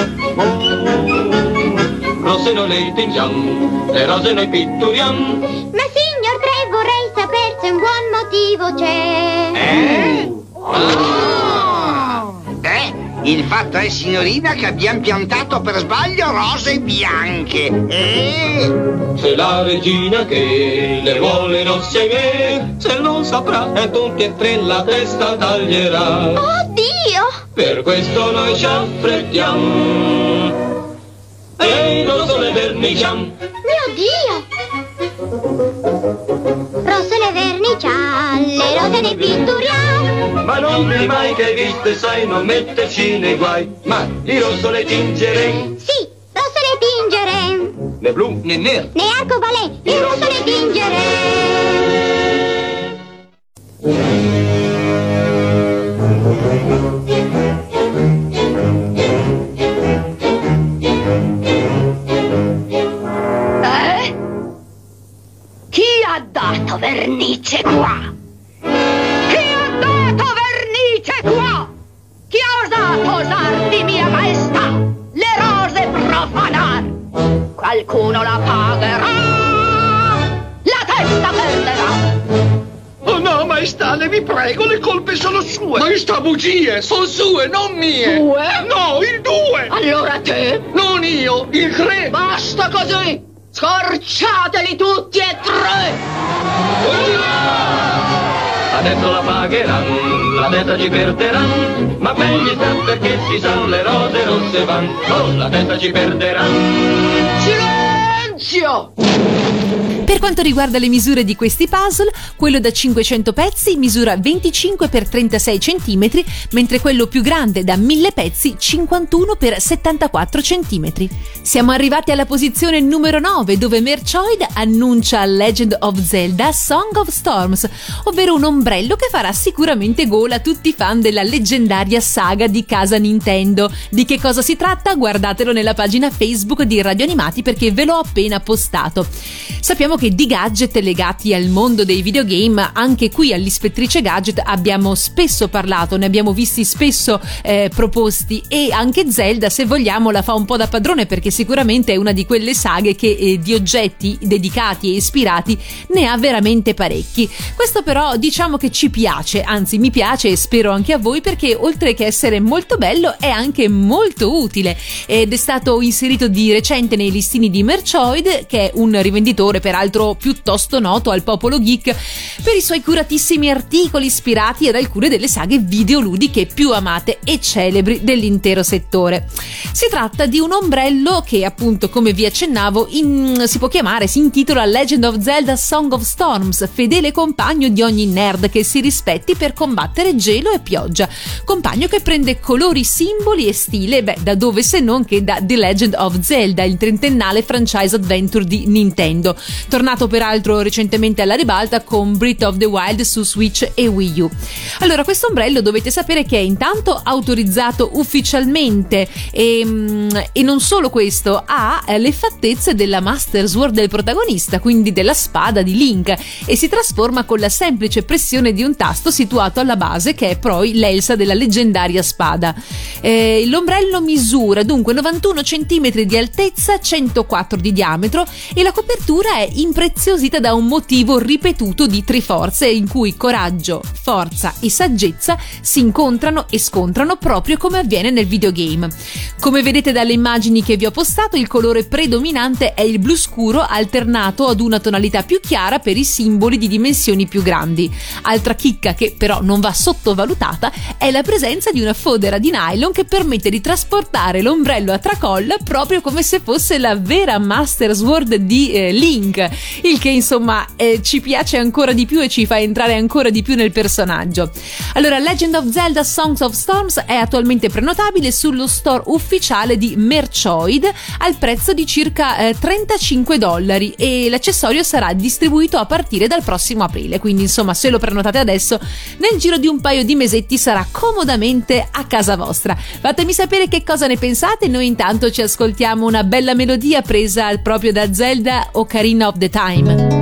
oh. Rose noi le tingiamo, le rose noi pitturiamo. Ma signor Tre, vorrei saper se un buon motivo c'è. Eh? Oh. Beh, il fatto è, signorina, che abbiamo piantato per sbaglio rose bianche. Eh? Se la regina che le vuole rosse ai me, se non saprà, a tutti e tre la testa taglierà. Oddio! Per questo noi ci affrettiamo e rose le verniciamo. Mio Dio! Rose le verniciamo, le rose ne pitturiamo. Ma non di mai che hai visto e sai non metterci nei guai, ma di rosso le tingerei. Sì, rosse le tingerei. Ne blu, ne nero, Ne arcobaleno, di rosso le tingerei. Eh? Chi ha dato vernice qua? Chi ha dato vernice qua? Chi ha osato osar di mia maestà le rose profanar? Qualcuno la pagherà, la testa perderà. Oh no, maestà, le vi prego, le colpe sono sue. Maestà, bugie, sono sue, non mie. Due? No, il due. Allora te? Non io, il tre. Basta così! Scorciateli tutti e tre! Adesso la pagheranno, la testa ci perderanno, ma meglio sta perché si sa le rose rosse van, oh, la testa ci perderanno. Silenzio! Per quanto riguarda le misure di questi puzzle, quello da cinquecento pezzi misura venticinque per trentasei centimetri, mentre quello più grande da mille pezzi cinquantuno per settantaquattro centimetri. Siamo arrivati alla posizione numero nove, dove Metroid annuncia Legend of Zelda Song of Storms, ovvero un ombrello che farà sicuramente gola a tutti i fan della leggendaria saga di casa Nintendo. Di che cosa si tratta? Guardatelo nella pagina Facebook di Radio Animati perché ve l'ho appena postato. Sappiamo che di gadget legati al mondo dei videogame anche qui all'Ispettrice Gadget abbiamo spesso parlato, ne abbiamo visti spesso eh, proposti, e anche Zelda, se vogliamo, la fa un po' da padrone perché sicuramente è una di quelle saghe che eh, di oggetti dedicati e ispirati ne ha veramente parecchi. Questo però diciamo che ci piace, anzi mi piace e spero anche a voi, perché oltre che essere molto bello è anche molto utile ed è stato inserito di recente nei listini di Metroid, che è un rivenditore peraltro piuttosto noto al popolo geek per i suoi curatissimi articoli ispirati ad alcune delle saghe videoludiche più amate e celebri dell'intero settore. Si tratta di un ombrello che, appunto, come vi accennavo, in, si può chiamare, si intitola Legend of Zelda Song of Storms, fedele compagno di ogni nerd che si rispetti per combattere gelo e pioggia, compagno che prende colori, simboli e stile, beh, da dove se non che da The Legend of Zelda, il trentennale franchise adventure di Nintendo, tornato peraltro recentemente alla ribalta con Breath of the Wild su Switch e Wii U. Allora, questo ombrello dovete sapere che è intanto autorizzato ufficialmente e, e non solo questo, ha le fattezze della Master Sword del protagonista, quindi della spada di Link, e si trasforma con la semplice pressione di un tasto situato alla base, che è poi l'elsa della leggendaria spada. Eh, l'ombrello misura dunque novantuno centimetri di altezza, centoquattro di diametro, e la copertura è impreziosita da un motivo ripetuto di triforze in cui coraggio, forza e saggezza si incontrano e scontrano proprio come avviene nel videogame. Come vedete dalle immagini che vi ho postato, il colore predominante è il blu scuro alternato ad una tonalità più chiara per i simboli di dimensioni più grandi. Altra chicca che però non va sottovalutata è la presenza di una fodera di nylon che permette di trasportare l'ombrello a tracolla proprio come se fosse la vera Master Sword di eh, Link, il che insomma eh, ci piace ancora di più e ci fa entrare ancora di più nel personaggio. Allora, Legend of Zelda Songs of Storms è attualmente prenotabile sullo store ufficiale di Merchoid al prezzo di circa eh, trentacinque dollari e l'accessorio sarà distribuito a partire dal prossimo aprile, quindi insomma se lo prenotate adesso nel giro di un paio di mesetti sarà comodamente a casa vostra. Fatemi sapere che cosa ne pensate, noi intanto ci ascoltiamo una bella melodia presa proprio da Zelda Ocarina of the Time.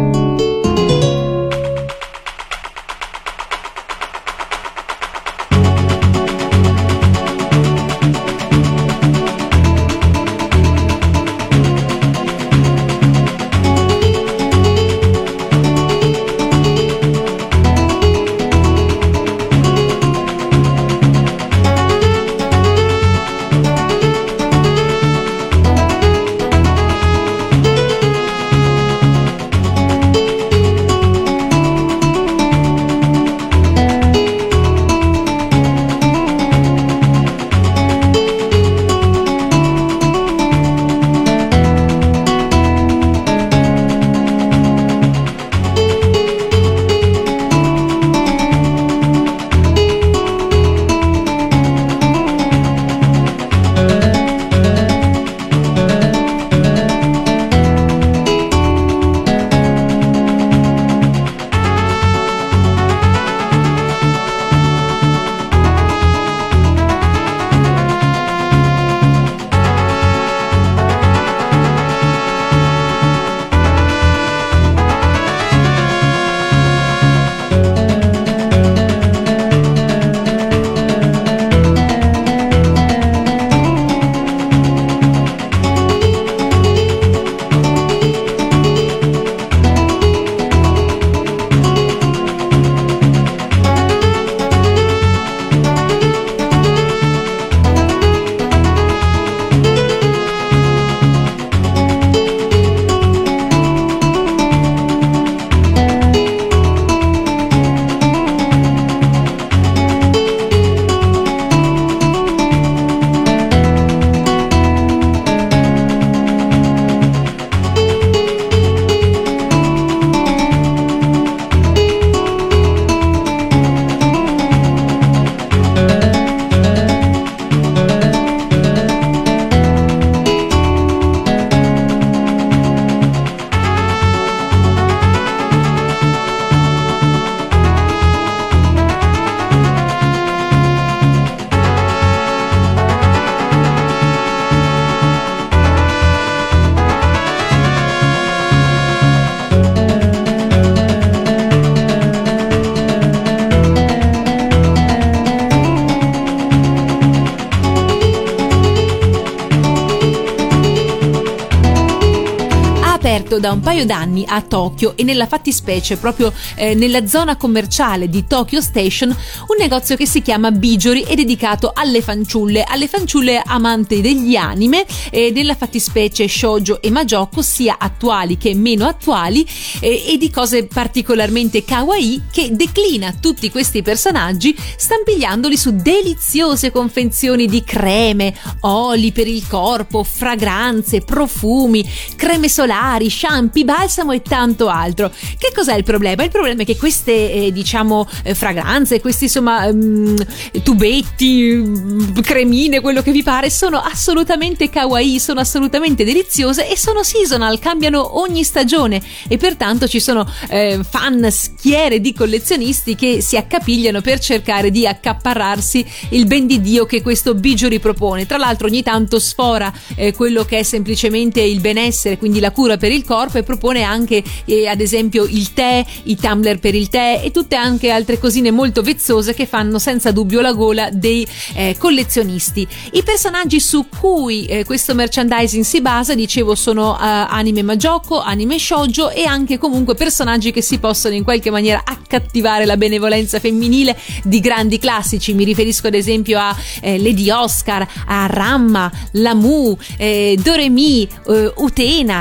Da un paio d'anni a Tokyo e nella fattispecie proprio eh, nella zona commerciale di Tokyo Station un negozio che si chiama Bijori, è dedicato alle fanciulle alle fanciulle amanti degli anime e nella fattispecie shoujo e majoko, sia attuali che meno attuali, eh, e di cose particolarmente kawaii, che declina tutti questi personaggi stampigliandoli su deliziose confezioni di creme, oli per il corpo, fragranze, profumi, creme solari, shampoo, balsamo e tanto altro. Che cos'è il problema? Il problema è che queste eh, diciamo eh, fragranze, questi insomma um, tubetti, um, cremine, quello che vi pare, sono assolutamente kawaii, sono assolutamente deliziose e sono seasonal, cambiano ogni stagione e pertanto ci sono eh, fan, schiere di collezionisti che si accapigliano per cercare di accaparrarsi il ben di Dio che questo Bijori propone. Tra l'altro ogni tanto sfora eh, quello che è semplicemente il benessere, quindi la cura per il corpo, e propone anche eh, ad esempio il tè, i tumbler per il tè e tutte anche altre cosine molto vezzose che fanno senza dubbio la gola dei eh, collezionisti. I personaggi su cui eh, questo merchandising si basa, dicevo, sono uh, anime majoko, anime shoujo e anche comunque personaggi che si possono in qualche maniera accattivare la benevolenza femminile di grandi classici. Mi riferisco ad esempio a eh, Lady Oscar, a Ramma, Lamu, eh, Doremi, eh, Utena, l'incantesimo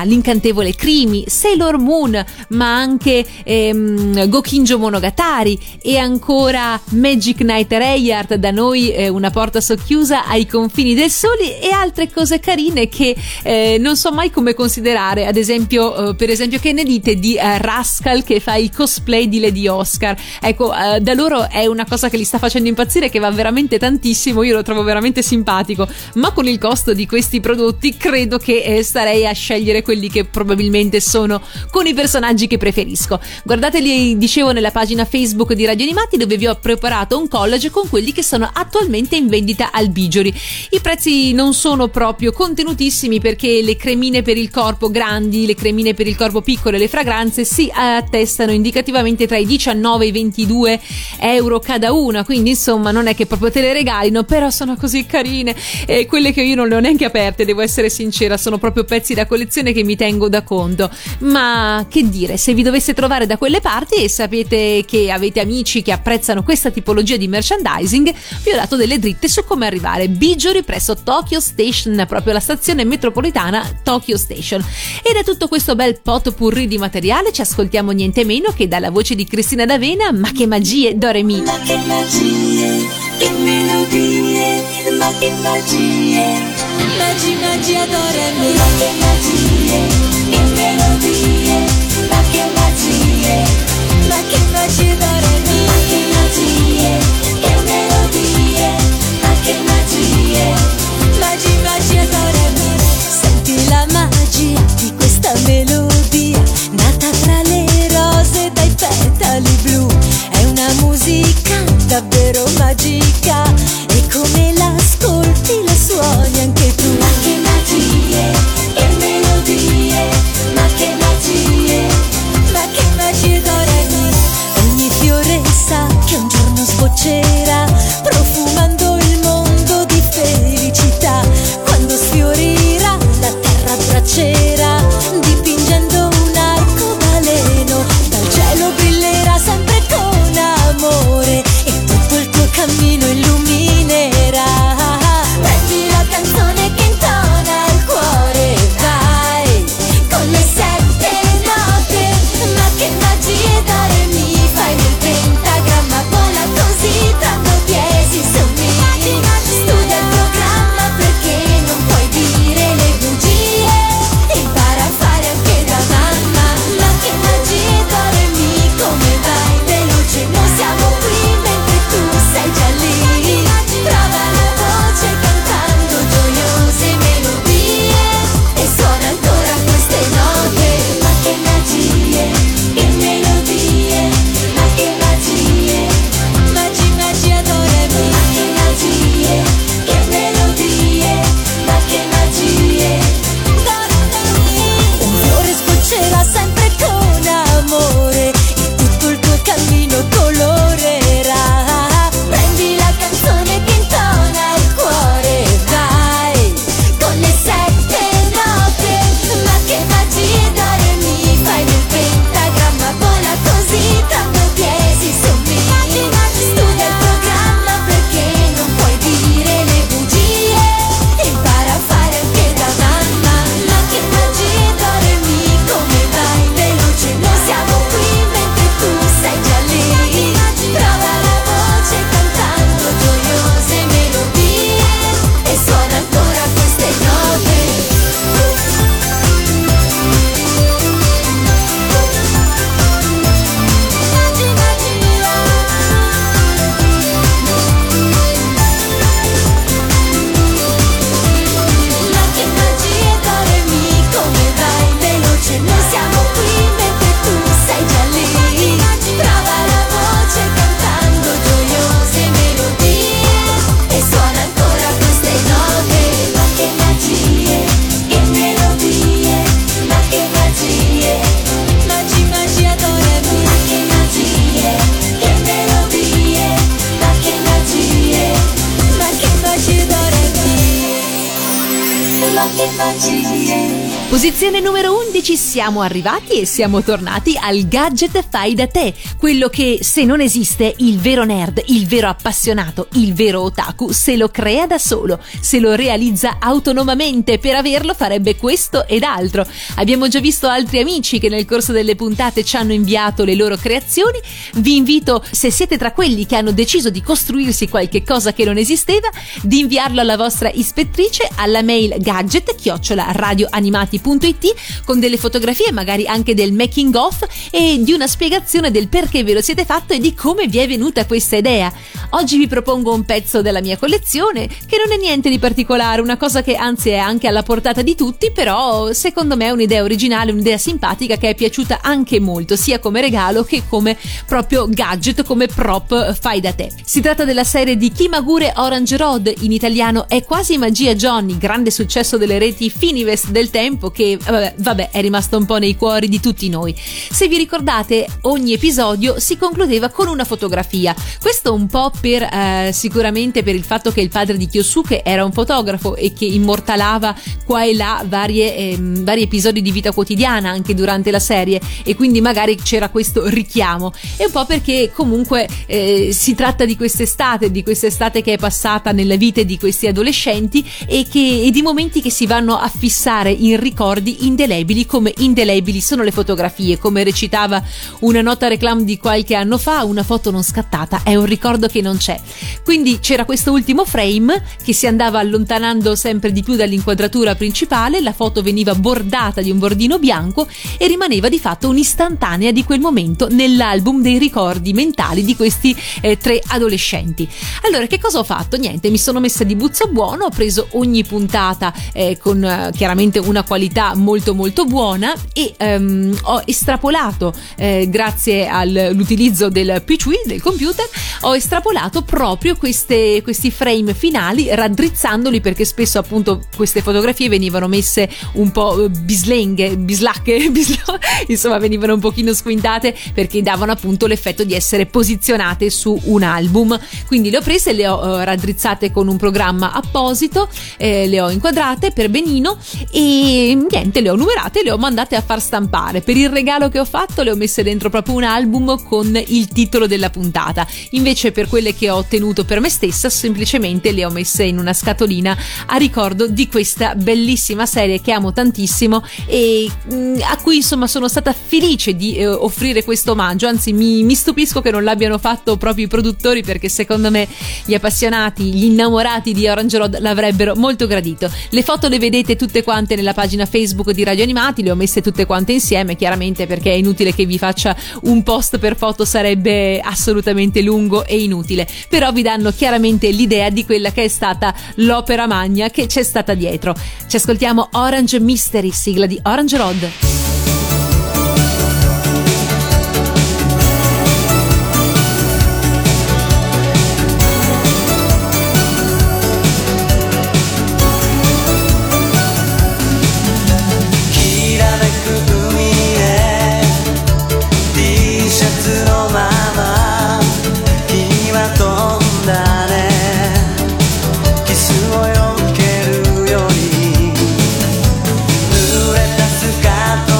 notevole Crimi, Sailor Moon, ma anche ehm, Gokinjo Monogatari e ancora Magic Knight Rayard, da noi eh, una porta socchiusa ai confini del sole, e altre cose carine che eh, non so mai come considerare. Ad esempio, eh, per esempio, che ne dite di eh, Rascal che fa il cosplay di Lady Oscar? Ecco, eh, da loro è una cosa che li sta facendo impazzire, che va veramente tantissimo, io lo trovo veramente simpatico, ma con il costo di questi prodotti credo che eh, starei a scegliere quelli che probabilmente sono con i personaggi che preferisco. Guardateli, dicevo, nella pagina Facebook di Radio Animati, dove vi ho preparato un collage con quelli che sono attualmente in vendita al Bigiori. I prezzi non sono proprio contenutissimi, perché le cremine per il corpo grandi, le cremine per il corpo piccole e le fragranze si attestano indicativamente tra i diciannove e i ventidue euro cada una, quindi insomma non è che proprio te le regalino, però sono così carine, e quelle che io non le ho neanche aperte, devo essere sincera, sono proprio pezzi da collezione che mi tengo da conto. Ma che dire, se vi dovesse trovare da quelle parti e sapete che avete amici che apprezzano questa tipologia di merchandising, vi ho dato delle dritte su come arrivare. Bigiori presso Tokyo Station, proprio la stazione metropolitana Tokyo Station. Ed è tutto questo bel potpourri di materiale, ci ascoltiamo niente meno che dalla voce di Cristina D'Avena, Ma che magie, Do Re Mi. Ma che magie, che melodie, ma che magie, magi magia Do Re Mi. Ma che magie, che melodie, ma che magie, ma che magie Do Re Mi. Ma che magie, che melodie, ma che magie, magi magia Do Re Mi. Senti la magia di questa melodia, nata tra le rose dai petali blu. È una musica davvero magica, e come l'ascolti la suoni anche tu. Ma che magie, che melodie, ma che magie, ma che magie Do Re Mi. Ogni fiore sa che un giorno sboccerà, profumando il mondo di felicità. Quando sfiorirà la terra abbraccerà, dipingendo un arcobaleno. Dal cielo brillerà sempre con amore, e tutto il tuo cammino illuminerà. Prendi la canzone che intona il cuore, vai con le sette note. Ma che magie Do Re Mi, fai nel pentagramma, vola così tra due diesi sommi. Studia il programma perché non puoi dire le bugie, impara a fare anche da mamma. Ma che magie Do Re Mi, come vai veloce, noi siamo qui mentre tu sei già lì. Prova la voce cantando gioiose melodie, e suona ancora queste note. Ma che magie, che melodie, ma che magie, magi magia Do Re Mi. Ma che magie, che melodie, ma che magie Do Re Mi. Un fiore sboccerà sempre con amore, e tutto il tuo cammino colorerà. Prendi la canzone che intona il cuore, vai con le sette note. Ma che magie Do Re Mi, fai nel pentagramma, vola così tra due diesi sommi. Studia il programma perché non puoi dire le bugie, impara a fare anche da mamma. Ma che magie Do Re Mi, come vai veloce, noi siamo qui mentre tu sei già lì. Prova la voce cantando gioiose melodie, e suona ancora queste note. Magi magia, ma che magie Do Re Mi, come vai veloce, noi siamo qui mentre tu sei già lì. Prova la voce cantando gioiose melodie, e suona ancora queste note. Ma che magie, che melodie, ma che magie, magi magia Do Re Mi. Ma che magie, che melodie, ma che magie, ma che magie Do Re Mi. Ma che magie, Posizione numero undici, siamo arrivati e siamo tornati al gadget fai da te, quello che, se non esiste, il vero nerd, il vero appassionato, il vero otaku se lo crea da solo, se lo realizza autonomamente. Per averlo farebbe questo ed altro. Abbiamo già visto altri amici che nel corso delle puntate ci hanno inviato le loro creazioni. Vi invito, se siete tra quelli che hanno deciso di costruirsi qualche cosa che non esisteva, di inviarlo alla vostra ispettrice alla mail gadget chiocciola radioanimati punto it con delle fotografie, magari anche del making of e di una spiegazione del perché ve lo siete fatto e di come vi è venuta questa idea. Oggi vi propongo un pezzo della mia collezione che non è niente di particolare, una cosa che anzi è anche alla portata di tutti, però secondo me è un'idea originale, un'idea simpatica che è piaciuta anche molto, sia come regalo che come proprio gadget, come prop fai da te. Si tratta della serie di Kimagure Orange Road, in italiano è Quasi Magia Johnny, grande successo delle reti Finivest del tempo, che vabbè, vabbè è rimasto un po' nei cuori di tutti noi. Se vi ricordate, ogni episodio si concludeva con una fotografia, questo un po' per eh, sicuramente per il fatto che il padre di Kyosuke era un fotografo e che immortalava qua e là varie, ehm, vari episodi di vita quotidiana anche durante la serie, e quindi magari c'era questo richiamo, e un po' perché comunque eh, si tratta di quest'estate, di quest'estate che è passata nella vita di questi adolescenti e, che, e di momenti che si vanno a fissare in ricordi indelebili, come indelebili sono le fotografie. Come recitava una nota reclam di qualche anno fa, una foto non scattata è un ricordo che non c'è. Quindi c'era questo ultimo frame che si andava allontanando sempre di più dall'inquadratura principale, la foto veniva bordata di un bordino bianco e rimaneva di fatto un'istantanea di quel momento nell'album dei ricordi mentali di questi eh, tre adolescenti. Allora, che cosa ho fatto? Niente, mi sono messa di buzzo buono, ho preso ogni puntata eh, con eh, chiaramente una qualità molto molto buona e ehm, ho estrapolato eh, grazie all'utilizzo del P C, del computer, ho estrapolato proprio queste, questi frame finali, raddrizzandoli, perché spesso appunto queste fotografie venivano messe un po' bislenghe, bislacche, bislo, insomma venivano un pochino squintate perché davano appunto l'effetto di essere posizionate su un album. Quindi le ho prese, le ho eh, raddrizzate con un programma apposito, eh, le ho inquadrate per benino e niente, le ho numerate e le ho mandate a far stampare. Per il regalo che ho fatto le ho messe dentro proprio un album con il titolo della puntata. Invece per quelle che ho ottenuto per me stessa, semplicemente le ho messe in una scatolina a ricordo di questa bellissima serie che amo tantissimo e mh, a cui insomma sono stata felice di eh, offrire questo omaggio. Anzi, mi, mi stupisco che non l'abbiano fatto proprio i produttori, perché secondo me gli appassionati, gli innamorati di Orange Road l'avrebbero molto gradito. Le foto le vedete tutte quante nella pagina Facebook di Radio Animati, le ho messe tutte quante insieme, chiaramente perché è inutile che vi faccia un post per foto, sarebbe assolutamente lungo e inutile, però vi danno chiaramente l'idea di quella che è stata l'opera magna che c'è stata dietro. Ci ascoltiamo Orange Mystery, sigla di Orange Road. Gato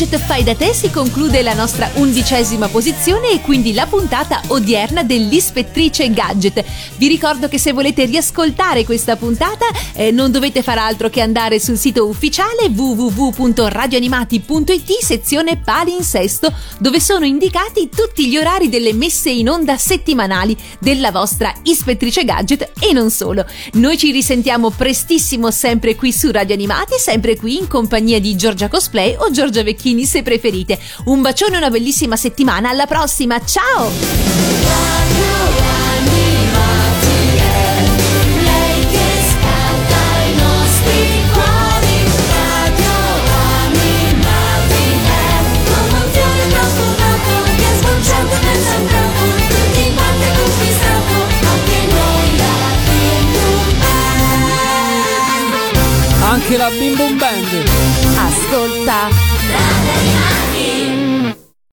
gadget fai da te si conclude la nostra undicesima posizione e quindi la puntata odierna dell'Ispettrice Gadget. Vi ricordo che se volete riascoltare questa puntata eh, non dovete far altro che andare sul sito ufficiale w w w punto radioanimati punto i t sezione palinsesto, dove sono indicati tutti gli orari delle messe in onda settimanali della vostra Ispettrice Gadget e non solo. Noi ci risentiamo prestissimo sempre qui su Radio Animati, sempre qui in compagnia di Giorgia Cosplay o Giorgia Vecchini se preferite. Un bacione e una bellissima settimana, alla prossima, ciao! Anche la Bim Bum Band. Ascolta